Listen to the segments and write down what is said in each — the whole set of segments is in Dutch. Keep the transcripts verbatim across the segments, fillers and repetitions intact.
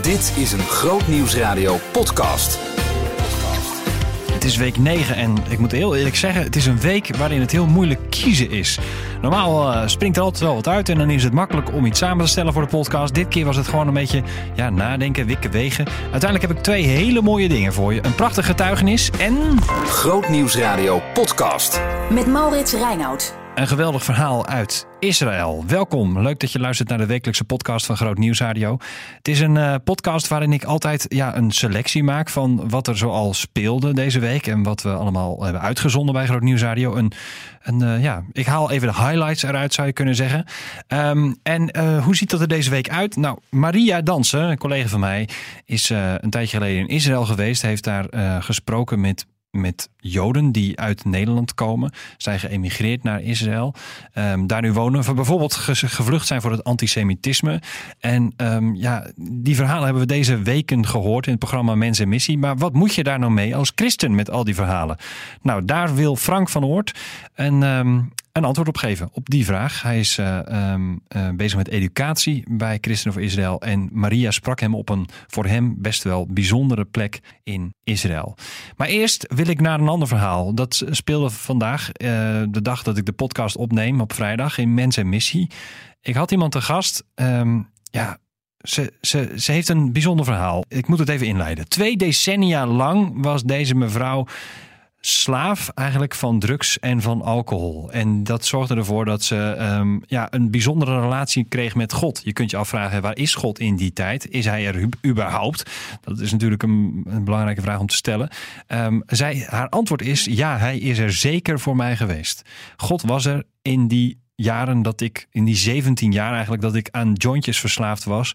Dit is een Groot Nieuwsradio podcast. Het is week negen en ik moet heel eerlijk zeggen, het is een week waarin het heel moeilijk kiezen is. Normaal uh, springt er altijd wel wat uit en dan is het makkelijk om iets samen te stellen voor de podcast. Dit keer was het gewoon een beetje ja, nadenken, wikken, wegen. Uiteindelijk heb ik twee hele mooie dingen voor je. Een prachtig getuigenis en... Groot Nieuwsradio podcast. Met Maurits Reinoud. Een geweldig verhaal uit Israël. Welkom, leuk dat je luistert naar de wekelijkse podcast van Groot Nieuwsradio. Het is een uh, podcast waarin ik altijd ja, een selectie maak van wat er zoal speelde deze week. En wat we allemaal hebben uitgezonden bij Groot Nieuwsradio. Een, een, uh, ja, ik haal even de highlights eruit, zou je kunnen zeggen. Um, en uh, hoe ziet dat er deze week uit? Nou, Maria Dansen, een collega van mij, is uh, een tijdje geleden in Israël geweest. Heeft daar uh, gesproken met... met Joden die uit Nederland komen, zijn geëmigreerd naar Israël. Um, daar nu wonen, bijvoorbeeld ge- gevlucht zijn voor het antisemitisme. En um, ja, die verhalen hebben we deze weken gehoord in het programma Mens en Missie. Maar wat moet je daar nou mee als christen met al die verhalen? Nou, daar wil Frank van Oort een, um, een antwoord op geven, op die vraag. Hij is uh, um, uh, bezig met educatie bij Christenen voor Israël. En Maria sprak hem op een voor hem best wel bijzondere plek in Israël. Maar eerst wil ik naar een ander verhaal. Dat speelde vandaag, uh, de dag dat ik de podcast opneem op vrijdag in Mens en Missie. Ik had iemand te gast. Um, ja, ze, ze, ze heeft een bijzonder verhaal. Ik moet het even inleiden. Twee decennia lang was deze mevrouw slaaf eigenlijk van drugs en van alcohol. En dat zorgde ervoor dat ze um, ja, een bijzondere relatie kreeg met God. Je kunt je afvragen, waar is God in die tijd? Is hij er überhaupt? Dat is natuurlijk een, een belangrijke vraag om te stellen. Um, zij, haar antwoord is, ja, hij is er zeker voor mij geweest. God was er in die jaren dat ik, in die zeventien jaar eigenlijk, dat ik aan jointjes verslaafd was.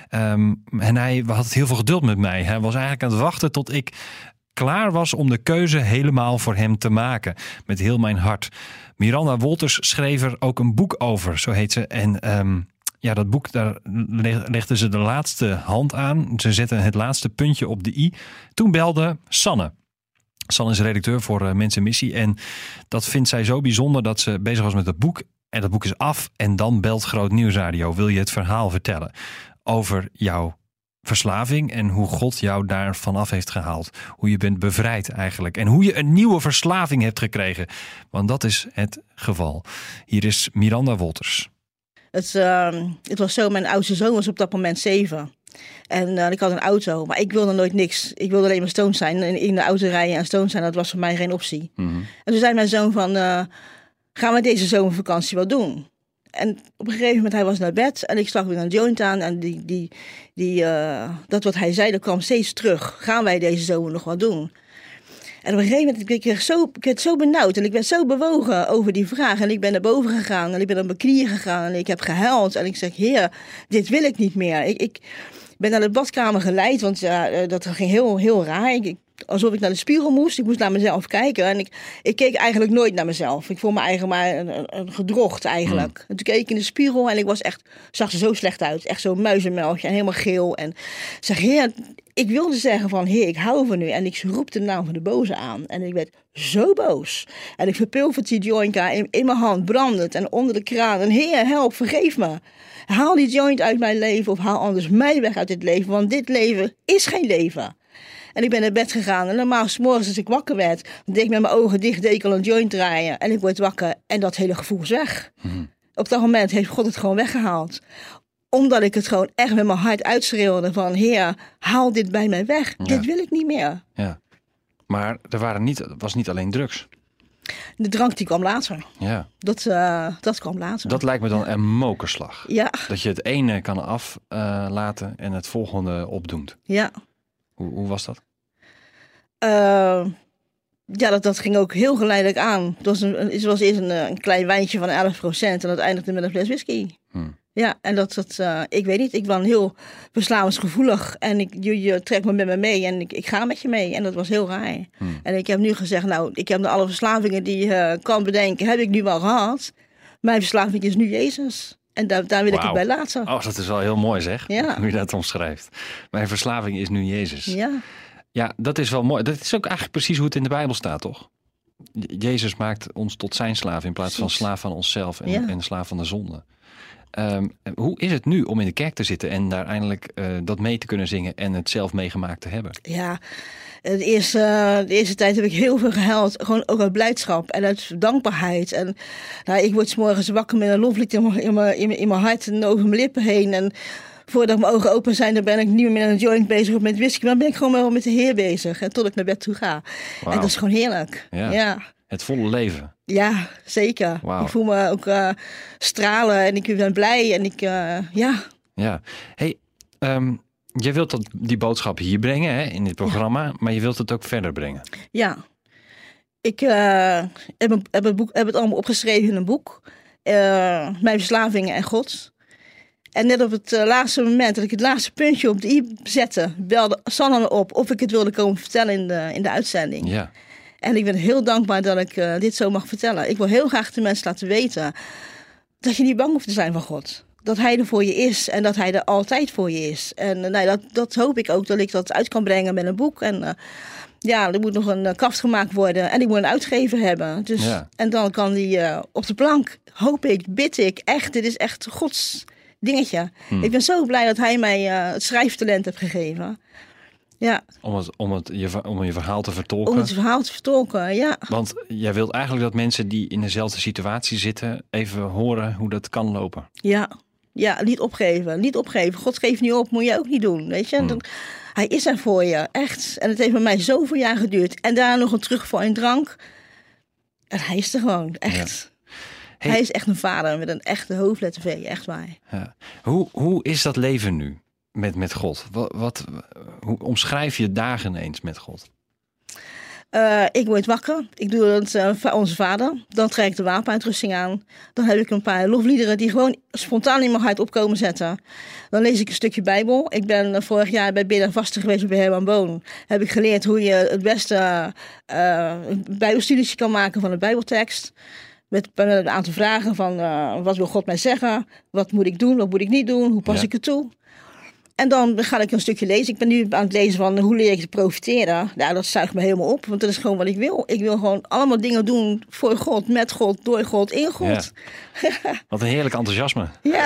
Um, en hij had heel veel geduld met mij. Hij was eigenlijk aan het wachten tot ik klaar was om de keuze helemaal voor hem te maken. Met heel mijn hart. Miranda Wolters schreef er ook een boek over, zo heet ze. En um, ja, dat boek, daar legde ze de laatste hand aan. Ze zette het laatste puntje op de i. Toen belde Sanne. Sanne is redacteur voor uh, Mens en Missie. En dat vindt zij zo bijzonder dat ze bezig was met het boek. En dat boek is af. En dan belt Groot Nieuwsradio. Wil je het verhaal vertellen over jouw verslaving en hoe God jou daar vanaf heeft gehaald. Hoe je bent bevrijd eigenlijk. En hoe je een nieuwe verslaving hebt gekregen. Want dat is het geval. Hier is Miranda Wolters. Het, uh, het was zo, mijn oudste zoon was op dat moment zeven. En uh, ik had een auto, maar ik wilde nooit niks. Ik wilde alleen maar stoned zijn. In, in de auto rijden en stoned zijn, dat was voor mij geen optie. Mm-hmm. En toen zei mijn zoon van, uh, gaan we deze zomervakantie wel doen? En op een gegeven moment, hij was naar bed en ik stak weer een joint aan. En die, die, die, uh, dat wat hij zei, dat kwam steeds terug. Gaan wij deze zomer nog wat doen? En op een gegeven moment, ik werd, zo, ik werd zo benauwd en ik werd zo bewogen over die vraag. En ik ben naar boven gegaan en ik ben op mijn knieën gegaan en ik heb gehuild. En ik zeg, Heer, dit wil ik niet meer. Ik, ik ben naar de badkamer geleid, want ja, dat ging heel, heel raar. Ik, alsof ik naar de spiegel moest. Ik moest naar mezelf kijken. En ik, ik keek eigenlijk nooit naar mezelf. Ik voelde me eigenlijk maar een, een, een gedrocht eigenlijk. Mm. En toen keek ik in de spiegel en ik was echt, zag er zo slecht uit. Echt zo'n muizenmelkje en helemaal geel. En ik zeg, Heer, ik wilde zeggen van, Heer, ik hou van u. En ik roep de naam van de boze aan. En ik werd zo boos. En ik verpulverde die jointka in, in mijn hand, brandend en onder de kraan. En Heer, help, vergeef me. Haal die joint uit mijn leven of haal anders mij weg uit dit leven. Want dit leven is geen leven. En ik ben naar bed gegaan. En normaal 's morgens als ik wakker werd, deed ik met mijn ogen dicht, deed ik al een joint draaien. En ik word wakker en dat hele gevoel is weg. Mm-hmm. Op dat moment heeft God het gewoon weggehaald. Omdat ik het gewoon echt met mijn hart uitschreeuwde van, Heer, haal dit bij mij weg. Ja. Dit wil ik niet meer. Ja. Maar er waren niet, het was niet alleen drugs. De drank die kwam later. Ja. Dat, uh, dat kwam later. Dat lijkt me dan een mokerslag. Ja. Dat je het ene kan aflaten uh, en het volgende opdoemt. Ja. Hoe, hoe was dat? Uh, ja, dat, dat ging ook heel geleidelijk aan. Het was, een, het was eerst een, een klein wijntje van elf procent en dat eindigde met een fles whisky. Hmm. Ja, en dat, dat uh, ik weet niet, ik ben heel verslavingsgevoelig en ik, je, je trekt me met me mee en ik, ik ga met je mee. En dat was heel raar. Hmm. En ik heb nu gezegd, nou, ik heb alle verslavingen die je uh, kan bedenken, heb ik nu wel gehad. Mijn verslaving is nu Jezus. En daar, daar wil wow. ik het bij laten. Oh, dat is wel heel mooi zeg, ja. hoe je dat omschrijft. Mijn verslaving is nu Jezus. Ja. Ja, dat is wel mooi. Dat is ook eigenlijk precies hoe het in de Bijbel staat, toch? Jezus maakt ons tot zijn slaaf in plaats precies. van slaaf van onszelf en, ja. en slaaf van de zonde. Um, hoe is het nu om in de kerk te zitten en daar eindelijk uh, dat mee te kunnen zingen en het zelf meegemaakt te hebben? Ja, de eerste, de eerste tijd heb ik heel veel gehuild. Gewoon ook uit blijdschap en uit dankbaarheid. En nou, ik word 's morgens wakker met een loflied in mijn, in mijn, in mijn, in mijn hart en over mijn lippen heen. En voordat mijn ogen open zijn, dan ben ik niet meer met een joint bezig of met whisky. Maar dan ben ik gewoon wel met de Heer bezig. En tot ik naar bed toe ga. Wow. En dat is gewoon heerlijk. Ja. ja. Het volle leven. Ja, zeker. Wow. Ik voel me ook uh, stralen en ik ben blij. En ik, uh, ja. Ja. Hey, um, je wilt dat, die boodschap hier brengen, hè, in dit programma. Ja. Maar je wilt het ook verder brengen. Ja. Ik uh, heb, een, heb, het boek, heb het allemaal opgeschreven in een boek. Uh, mijn verslavingen en God. En net op het uh, laatste moment dat ik het laatste puntje op de i zette, belde Sanne me op of ik het wilde komen vertellen in de, in de uitzending. Ja. En ik ben heel dankbaar dat ik uh, dit zo mag vertellen. Ik wil heel graag de mensen laten weten dat je niet bang hoeft te zijn van God. Dat hij er voor je is en dat hij er altijd voor je is. En uh, nou, dat, dat hoop ik ook dat ik dat uit kan brengen met een boek. En uh, ja, er moet nog een uh, kaft gemaakt worden en ik moet een uitgever hebben. Dus, ja. En dan kan die uh, op de plank, hoop ik, bid ik. Echt, dit is echt Gods dingetje. Hmm. Ik ben zo blij dat hij mij uh, het schrijftalent heeft gegeven. Ja. Om, het, om, het, je, om je verhaal te vertolken. Om het verhaal te vertolken, ja. Want jij wilt eigenlijk dat mensen die in dezelfde situatie zitten even horen hoe dat kan lopen. Ja, ja, niet opgeven. Niet opgeven. God geeft niet op, moet je ook niet doen. Weet je? Hmm. Dan, hij is er voor je, echt. En het heeft bij mij zoveel jaar geduurd. En daarna nog een terugval in drank. En hij is er gewoon, echt. Ja. Hey. Hij is echt een vader met een echte hoofdletter V, echt waar. Ja. Hoe, hoe is dat leven nu? Met, met God. Wat, wat, hoe omschrijf je dagen eens met God? Uh, ik word wakker. Ik doe het uh, voor onze vader. Dan trek ik de wapenuitrusting aan. Dan heb ik een paar lofliederen die gewoon spontaan in mijn hart opkomen zetten. Dan lees ik een stukje Bijbel. Ik ben uh, vorig jaar bij Bidden vasten geweest bij Herman Boon. Heb ik geleerd hoe je het beste uh, een bijbelstudietje kan maken van een bijbeltekst. Met een aantal vragen van uh, wat wil God mij zeggen? Wat moet ik doen? Wat moet ik niet doen? Hoe pas ja. ik het toe? En dan ga ik een stukje lezen. Ik ben nu aan het lezen van hoe leer ik te profiteren. Nou, dat zuigt me helemaal op, want dat is gewoon wat ik wil. Ik wil gewoon allemaal dingen doen voor God, met God, door God, in God. Ja. Wat een heerlijk enthousiasme. Ja.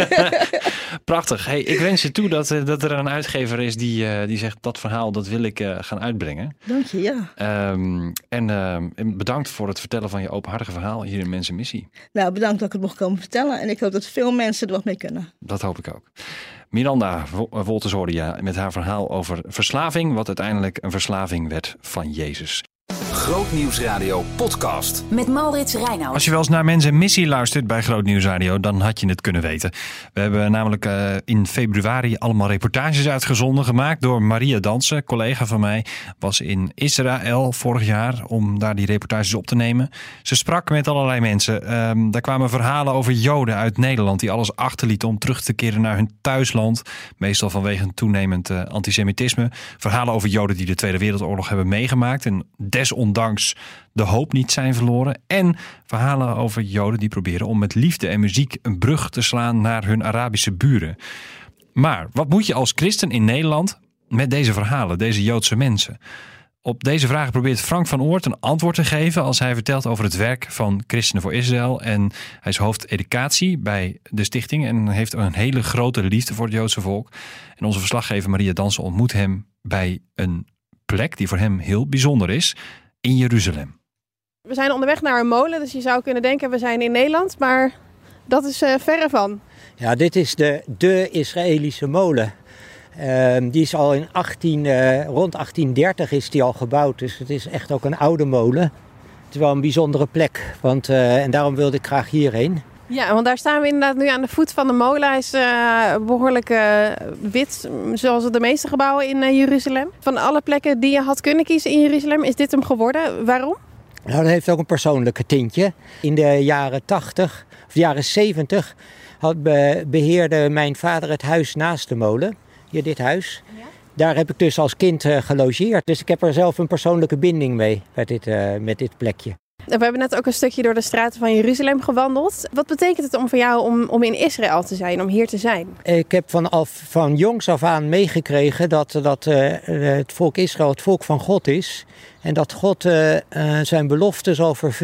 Prachtig. Hey, ik wens je toe dat, dat er een uitgever is die, uh, die zegt dat verhaal, dat wil ik uh, gaan uitbrengen. Dank je, ja. Um, en uh, bedankt voor het vertellen van je openhartige verhaal hier in Mensen Missie. Nou, bedankt dat ik het mocht komen vertellen. En ik hoop dat veel mensen er wat mee kunnen. Dat hoop ik ook. Miranda Wolters hoorde je met haar verhaal over verslaving, wat uiteindelijk een verslaving werd van Jezus. Grootnieuwsradio podcast. Met Maurits Reinoud. Als je wel eens naar Mensen Missie luistert bij Grootnieuwsradio, dan had je het kunnen weten. We hebben namelijk uh, in februari allemaal reportages uitgezonden, gemaakt door Maria Dansen, collega van mij. Was in Israël vorig jaar om daar die reportages op te nemen. Ze sprak met allerlei mensen. Um, daar kwamen verhalen over Joden uit Nederland die alles achterlieten om terug te keren naar hun thuisland. Meestal vanwege een toenemend uh, antisemitisme. Verhalen over Joden die de Tweede Wereldoorlog hebben meegemaakt en desondanks Ondanks de hoop niet zijn verloren. En verhalen over Joden die proberen om met liefde en muziek een brug te slaan naar hun Arabische buren. Maar wat moet je als christen in Nederland met deze verhalen, deze Joodse mensen? Op deze vraag probeert Frank van Oort een antwoord te geven als hij vertelt over het werk van Christenen voor Israël. En hij is hoofd educatie bij de stichting en heeft een hele grote liefde voor het Joodse volk. En onze verslaggever Maria Dansen ontmoet hem bij een plek die voor hem heel bijzonder is. In Jeruzalem. We zijn onderweg naar een molen, dus je zou kunnen denken we zijn in Nederland, maar dat is uh, verre van. Ja, dit is de, de Israëlische molen. Uh, die is al in achttien, uh, rond achttien dertig is die al gebouwd, dus het is echt ook een oude molen. Het is wel een bijzondere plek, want, uh, en daarom wilde ik graag hierheen. Ja, want daar staan we inderdaad nu aan de voet van de molen. Hij is uh, behoorlijk uh, wit, zoals de meeste gebouwen in uh, Jeruzalem. Van alle plekken die je had kunnen kiezen in Jeruzalem, is dit hem geworden. Waarom? Nou, dat heeft ook een persoonlijke tintje. In de jaren tachtig, of de jaren zeventig, had be- beheerde mijn vader het huis naast de molen. Hier, dit huis. Ja? Daar heb ik dus als kind uh, gelogeerd. Dus ik heb er zelf een persoonlijke binding mee met dit, uh, met dit plekje. We hebben net ook een stukje door de straten van Jeruzalem gewandeld. Wat betekent het om voor jou om, om in Israël te zijn, om hier te zijn? Ik heb vanaf van jongs af aan meegekregen dat, dat uh, het volk Israël het volk van God is. En dat God uh, uh, zijn belofte zal vervullen.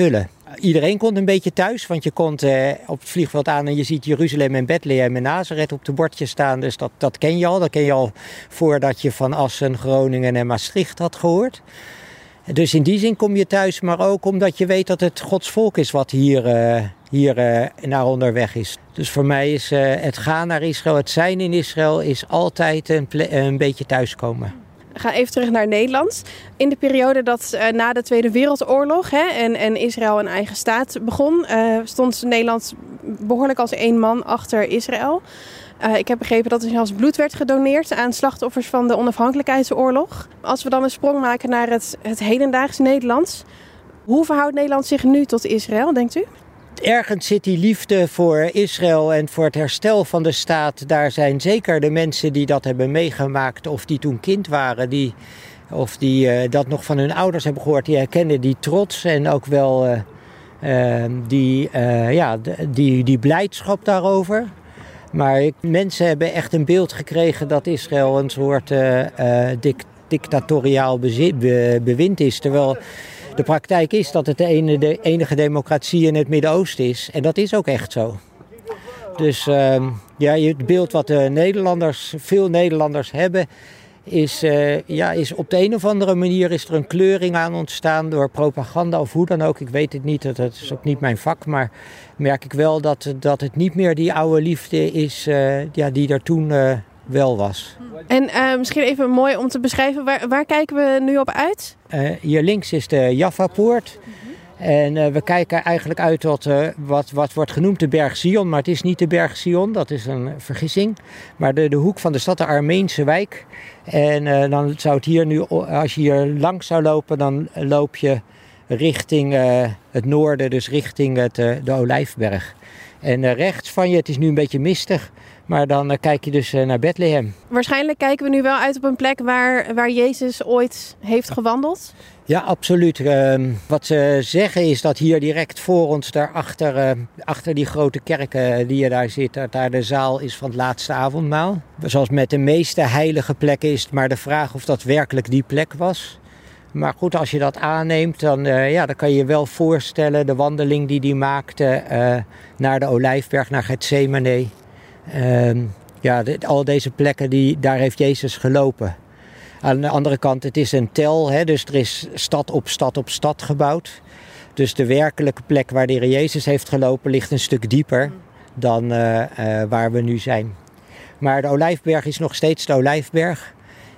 iedereen kon een beetje thuis, want je komt uh, op het vliegveld aan en je ziet Jeruzalem en Bethlehem en Nazareth op de bordjes staan. Dus dat, dat ken je al. Dat ken je al voordat je van Assen, Groningen en Maastricht had gehoord. Dus in die zin kom je thuis, maar ook omdat je weet dat het Gods volk is wat hier, uh, hier uh, naar onderweg is. Dus voor mij is uh, het gaan naar Israël, het zijn in Israël, is altijd een, ple- een beetje thuiskomen. We gaan even terug naar Nederland. In de periode dat uh, na de Tweede Wereldoorlog hè, en, en Israël een eigen staat begon, uh, stond Nederland behoorlijk als één man achter Israël. Uh, ik heb begrepen dat er zelfs bloed werd gedoneerd aan slachtoffers van de onafhankelijkheidsoorlog. Als we dan een sprong maken naar het, het hedendaags Nederlands, hoe verhoudt Nederland zich nu tot Israël, denkt u? Ergens zit die liefde voor Israël en voor het herstel van de staat. Daar zijn zeker de mensen die dat hebben meegemaakt of die toen kind waren, die, of die uh, dat nog van hun ouders hebben gehoord, die herkennen die trots en ook wel uh, uh, die, uh, ja, die, die blijdschap daarover. Maar mensen hebben echt een beeld gekregen dat Israël een soort uh, uh, dic- dictatoriaal bezit, be, bewind is. Terwijl de praktijk is dat het de, ene, de enige democratie in het Midden-Oosten is. En dat is ook echt zo. Dus uh, ja, het beeld wat de Nederlanders, veel Nederlanders hebben, is, uh, ja, is op de een of andere manier is er een kleuring aan ontstaan door propaganda of hoe dan ook. Ik weet het niet, dat is ook niet mijn vak, maar merk ik wel dat, dat het niet meer die oude liefde is uh, ja, die er toen uh, wel was. En uh, misschien even mooi om te beschrijven, waar, waar kijken we nu op uit? Uh, hier links is de Jaffa-poort. En uh, we kijken eigenlijk uit tot uh, wat, wat wordt genoemd de Berg Sion. Maar het is niet de Berg Sion, dat is een vergissing. Maar de, de hoek van de stad, de Armeense wijk. En uh, dan zou het hier nu, als je hier langs zou lopen, dan loop je richting uh, het noorden, dus richting het, uh, de Olijfberg. En uh, rechts van je, het is nu een beetje mistig, maar dan uh, kijk je dus uh, naar Bethlehem. Waarschijnlijk kijken we nu wel uit op een plek waar, waar Jezus ooit heeft gewandeld. Ja, absoluut. Uh, wat ze zeggen is dat hier direct voor ons, daarachter, uh, achter die grote kerken die je daar ziet, dat daar de zaal is van het laatste avondmaal. Zoals met de meeste heilige plekken is het maar de vraag of dat werkelijk die plek was. Maar goed, als je dat aanneemt, dan, uh, ja, dan kan je je wel voorstellen de wandeling die hij maakte uh, naar de Olijfberg, naar Getsemane. Uh, ja, de, al deze plekken, die, daar heeft Jezus gelopen. Aan de andere kant, het is een tel, hè, dus er is stad op stad op stad gebouwd. Dus de werkelijke plek waar de Heer Jezus heeft gelopen ligt een stuk dieper dan uh, uh, waar we nu zijn. Maar de Olijfberg is nog steeds de Olijfberg.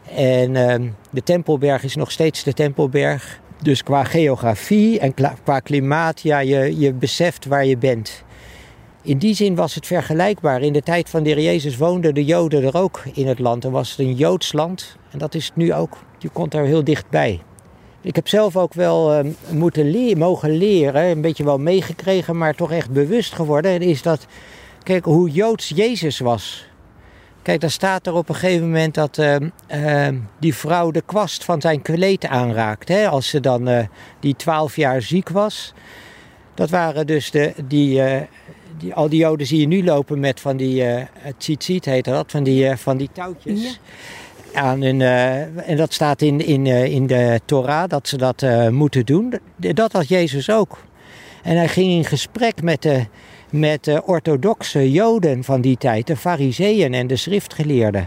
En uh, de Tempelberg is nog steeds de Tempelberg. Dus qua geografie en qua klimaat, ja, je, je beseft waar je bent. In die zin was het vergelijkbaar. In de tijd van de Heer Jezus woonden de Joden er ook in het land. En was het een Joods land. En dat is het nu ook. Je komt er heel dichtbij. Ik heb zelf ook wel uh, moeten le- mogen leren, een beetje wel meegekregen, maar toch echt bewust geworden, is dat, kijk, hoe Joods Jezus was. Kijk, daar staat er op een gegeven moment dat uh, uh, die vrouw de kwast van zijn kleed aanraakt. Hè, als ze dan uh, die twaalf jaar ziek was. Dat waren dus de, die, uh, die, al die Joden zie je nu lopen met van die, uh, tzitzit heet dat, van die, uh, van die touwtjes. Ja. Aan hun, uh, en dat staat in, in, uh, in de Torah, dat ze dat uh, moeten doen. Dat had Jezus ook. En hij ging in gesprek met de, met de orthodoxe Joden van die tijd, de Farizeeën en de schriftgeleerden.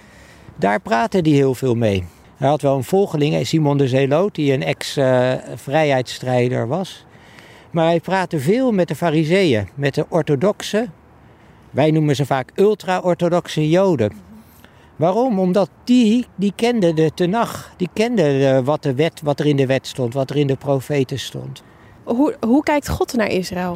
Daar praatte hij heel veel mee. Hij had wel een volgeling, Simon de Zeloot, die een ex-vrijheidsstrijder uh, was. Maar hij praatte veel met de Farizeeën, met de orthodoxe, wij noemen ze vaak ultra-orthodoxe Joden. Waarom? Omdat die, die kenden de Tenach, die kenden de, wat, de wet, wat er in de wet stond, wat er in de profeten stond. Hoe, hoe kijkt God naar Israël?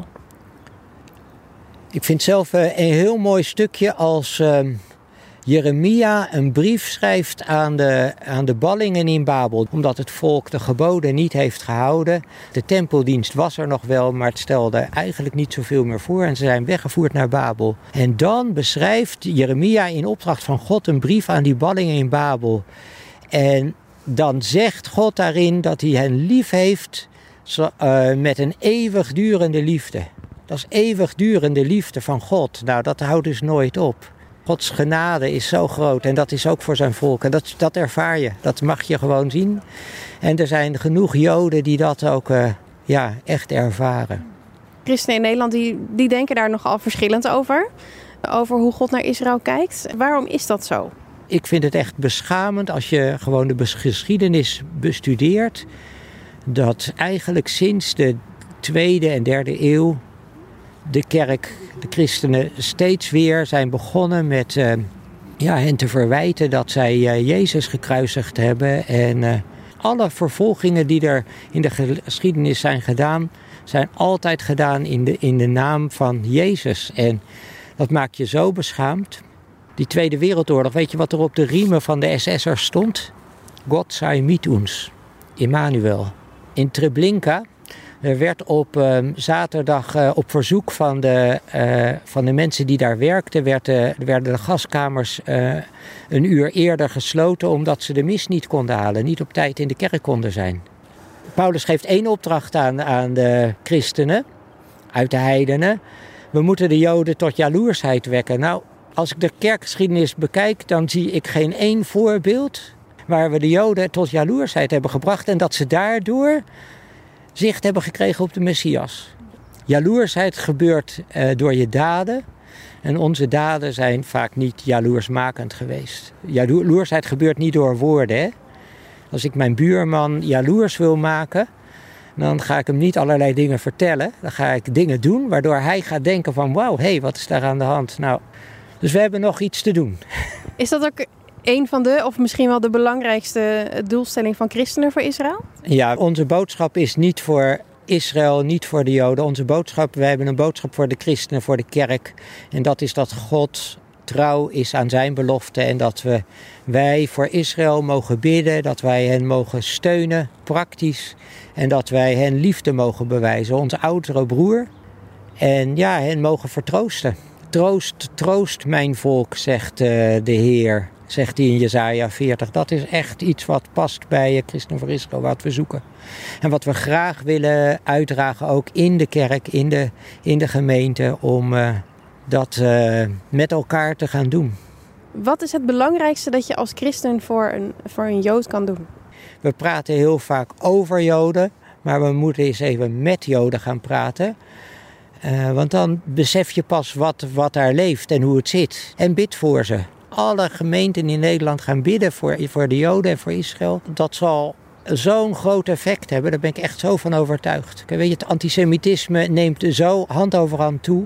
Ik vind zelf een heel mooi stukje als uh, Jeremia een brief schrijft aan de, aan de ballingen in Babel. Omdat het volk de geboden niet heeft gehouden. De tempeldienst was er nog wel, maar het stelde eigenlijk niet zoveel meer voor. En ze zijn weggevoerd naar Babel. En dan beschrijft Jeremia in opdracht van God een brief aan die ballingen in Babel. En dan zegt God daarin dat hij hen lief heeft zo, uh, met een eeuwigdurende liefde. Dat is eeuwigdurende liefde van God. Nou, dat houdt dus nooit op. Gods genade is zo groot en dat is ook voor zijn volk. En dat, dat ervaar je, dat mag je gewoon zien. En er zijn genoeg Joden die dat ook uh, ja, echt ervaren. Christenen in Nederland die, die denken daar nogal verschillend over. Over hoe God naar Israël kijkt. Waarom is dat zo? Ik vind het echt beschamend als je gewoon de geschiedenis bestudeert. Dat eigenlijk sinds de tweede en derde eeuw de kerk, de christenen steeds weer zijn begonnen met uh, ja, hen te verwijten dat zij uh, Jezus gekruisigd hebben. En uh, alle vervolgingen die er in de geschiedenis zijn gedaan, zijn altijd gedaan in de, in de naam van Jezus. En dat maakt je zo beschaamd. Die Tweede Wereldoorlog, weet je wat er op de riemen van de S S'ers stond? God sei mit uns, Immanuel. In Treblinka er werd op uh, zaterdag uh, op verzoek van de, uh, van de mensen die daar werkten, werd, uh, werden de gaskamers uh, een uur eerder gesloten omdat ze de mis niet konden halen, niet op tijd in de kerk konden zijn. Paulus geeft één opdracht aan, aan de christenen uit de heidenen. We moeten de Joden tot jaloersheid wekken. Nou, als ik de kerkgeschiedenis bekijk, dan zie ik geen één voorbeeld waar we de Joden tot jaloersheid hebben gebracht en dat ze daardoor zicht hebben gekregen op de Messias. Jaloersheid gebeurt uh, door je daden en onze daden zijn vaak niet jaloersmakend geweest. Jaloersheid gebeurt niet door woorden. Hè? Als ik mijn buurman jaloers wil maken, dan ga ik hem niet allerlei dingen vertellen. Dan ga ik dingen doen waardoor hij gaat denken van wauw, hé, hey, wat is daar aan de hand? Nou, dus we hebben nog iets te doen. Is dat ook een van de, of misschien wel de belangrijkste doelstelling van christenen voor Israël? Ja, onze boodschap is niet voor Israël, niet voor de Joden. Onze boodschap, wij hebben een boodschap voor de christenen, voor de kerk. En dat is dat God trouw is aan zijn belofte en dat we, wij voor Israël mogen bidden, dat wij hen mogen steunen, praktisch. En dat wij hen liefde mogen bewijzen, onze oudere broer. En ja, hen mogen vertroosten. Troost, troost mijn volk, zegt uh, de Heer, zegt hij in Jesaja veertig. Dat is echt iets wat past bij Christen voor Israël, wat we zoeken. En wat we graag willen uitdragen, ook in de kerk, in de, in de gemeente, om uh, dat uh, met elkaar te gaan doen. Wat is het belangrijkste dat je als christen voor een, voor een Jood kan doen? We praten heel vaak over Joden, maar we moeten eens even met Joden gaan praten. Uh, want dan besef je pas wat, wat daar leeft en hoe het zit. En bid voor ze. Alle gemeenten in Nederland gaan bidden voor, voor de Joden en voor Israël. Dat zal zo'n groot effect hebben, daar ben ik echt zo van overtuigd. Weet je, het antisemitisme neemt zo hand over hand toe.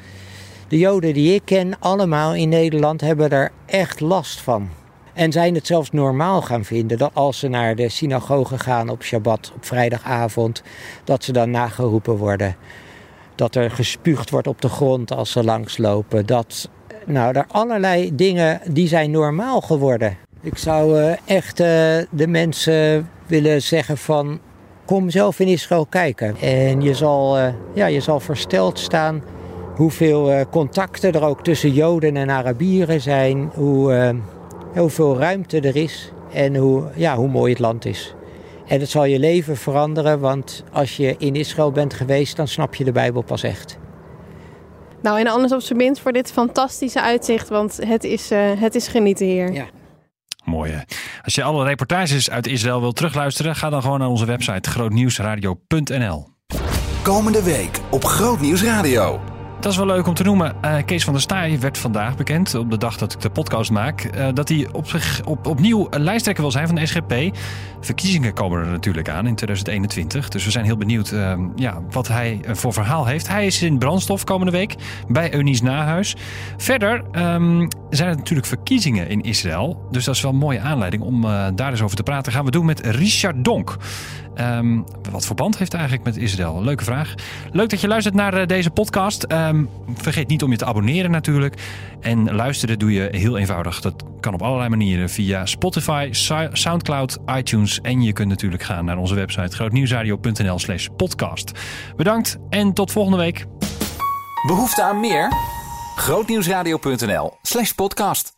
De Joden die ik ken, allemaal in Nederland, hebben er echt last van. En zijn het zelfs normaal gaan vinden dat als ze naar de synagoge gaan op Shabbat, op vrijdagavond, dat ze dan nageroepen worden. Dat er gespuugd wordt op de grond als ze langslopen. Dat, nou, er allerlei dingen die zijn normaal geworden. Ik zou uh, echt uh, de mensen willen zeggen van, kom zelf in Israël kijken. En je zal, uh, ja, je zal versteld staan hoeveel uh, contacten er ook tussen Joden en Arabieren zijn. Hoe, uh, hoeveel ruimte er is en hoe, ja, hoe mooi het land is. En het zal je leven veranderen, want als je in Israël bent geweest, dan snap je de Bijbel pas echt. Nou, en anders op zijn minst voor dit fantastische uitzicht, want het is, uh, het is genieten hier. Ja. Mooi hè. Als je alle reportages uit Israël wilt terugluisteren, ga dan gewoon naar onze website grootnieuwsradio punt n l. Komende week op Grootnieuws Radio. Dat is wel leuk om te noemen. Uh, Kees van der Staaij werd vandaag bekend, op de dag dat ik de podcast maak, uh, dat hij op zich, op, opnieuw lijsttrekker wil zijn van de S G P. Verkiezingen komen er natuurlijk aan in tweeduizend eenentwintig. Dus we zijn heel benieuwd uh, ja, wat hij uh, voor verhaal heeft. Hij is in Brandstof komende week bij Eunice Nahuis. Verder um, zijn er natuurlijk verkiezingen in Israël. Dus dat is wel een mooie aanleiding om uh, daar eens over te praten. Gaan we doen met Richard Donk. Um, wat voor band heeft hij eigenlijk met Israël? Leuke vraag. Leuk dat je luistert naar uh, deze podcast. Um, vergeet niet om je te abonneren natuurlijk. En luisteren doe je heel eenvoudig. Dat kan op allerlei manieren via Spotify, Soundcloud, iTunes. En je kunt natuurlijk gaan naar onze website grootnieuwsradio punt n l slash podcast. Bedankt en tot volgende week. Behoefte aan meer? grootnieuwsradio punt n l slash podcast.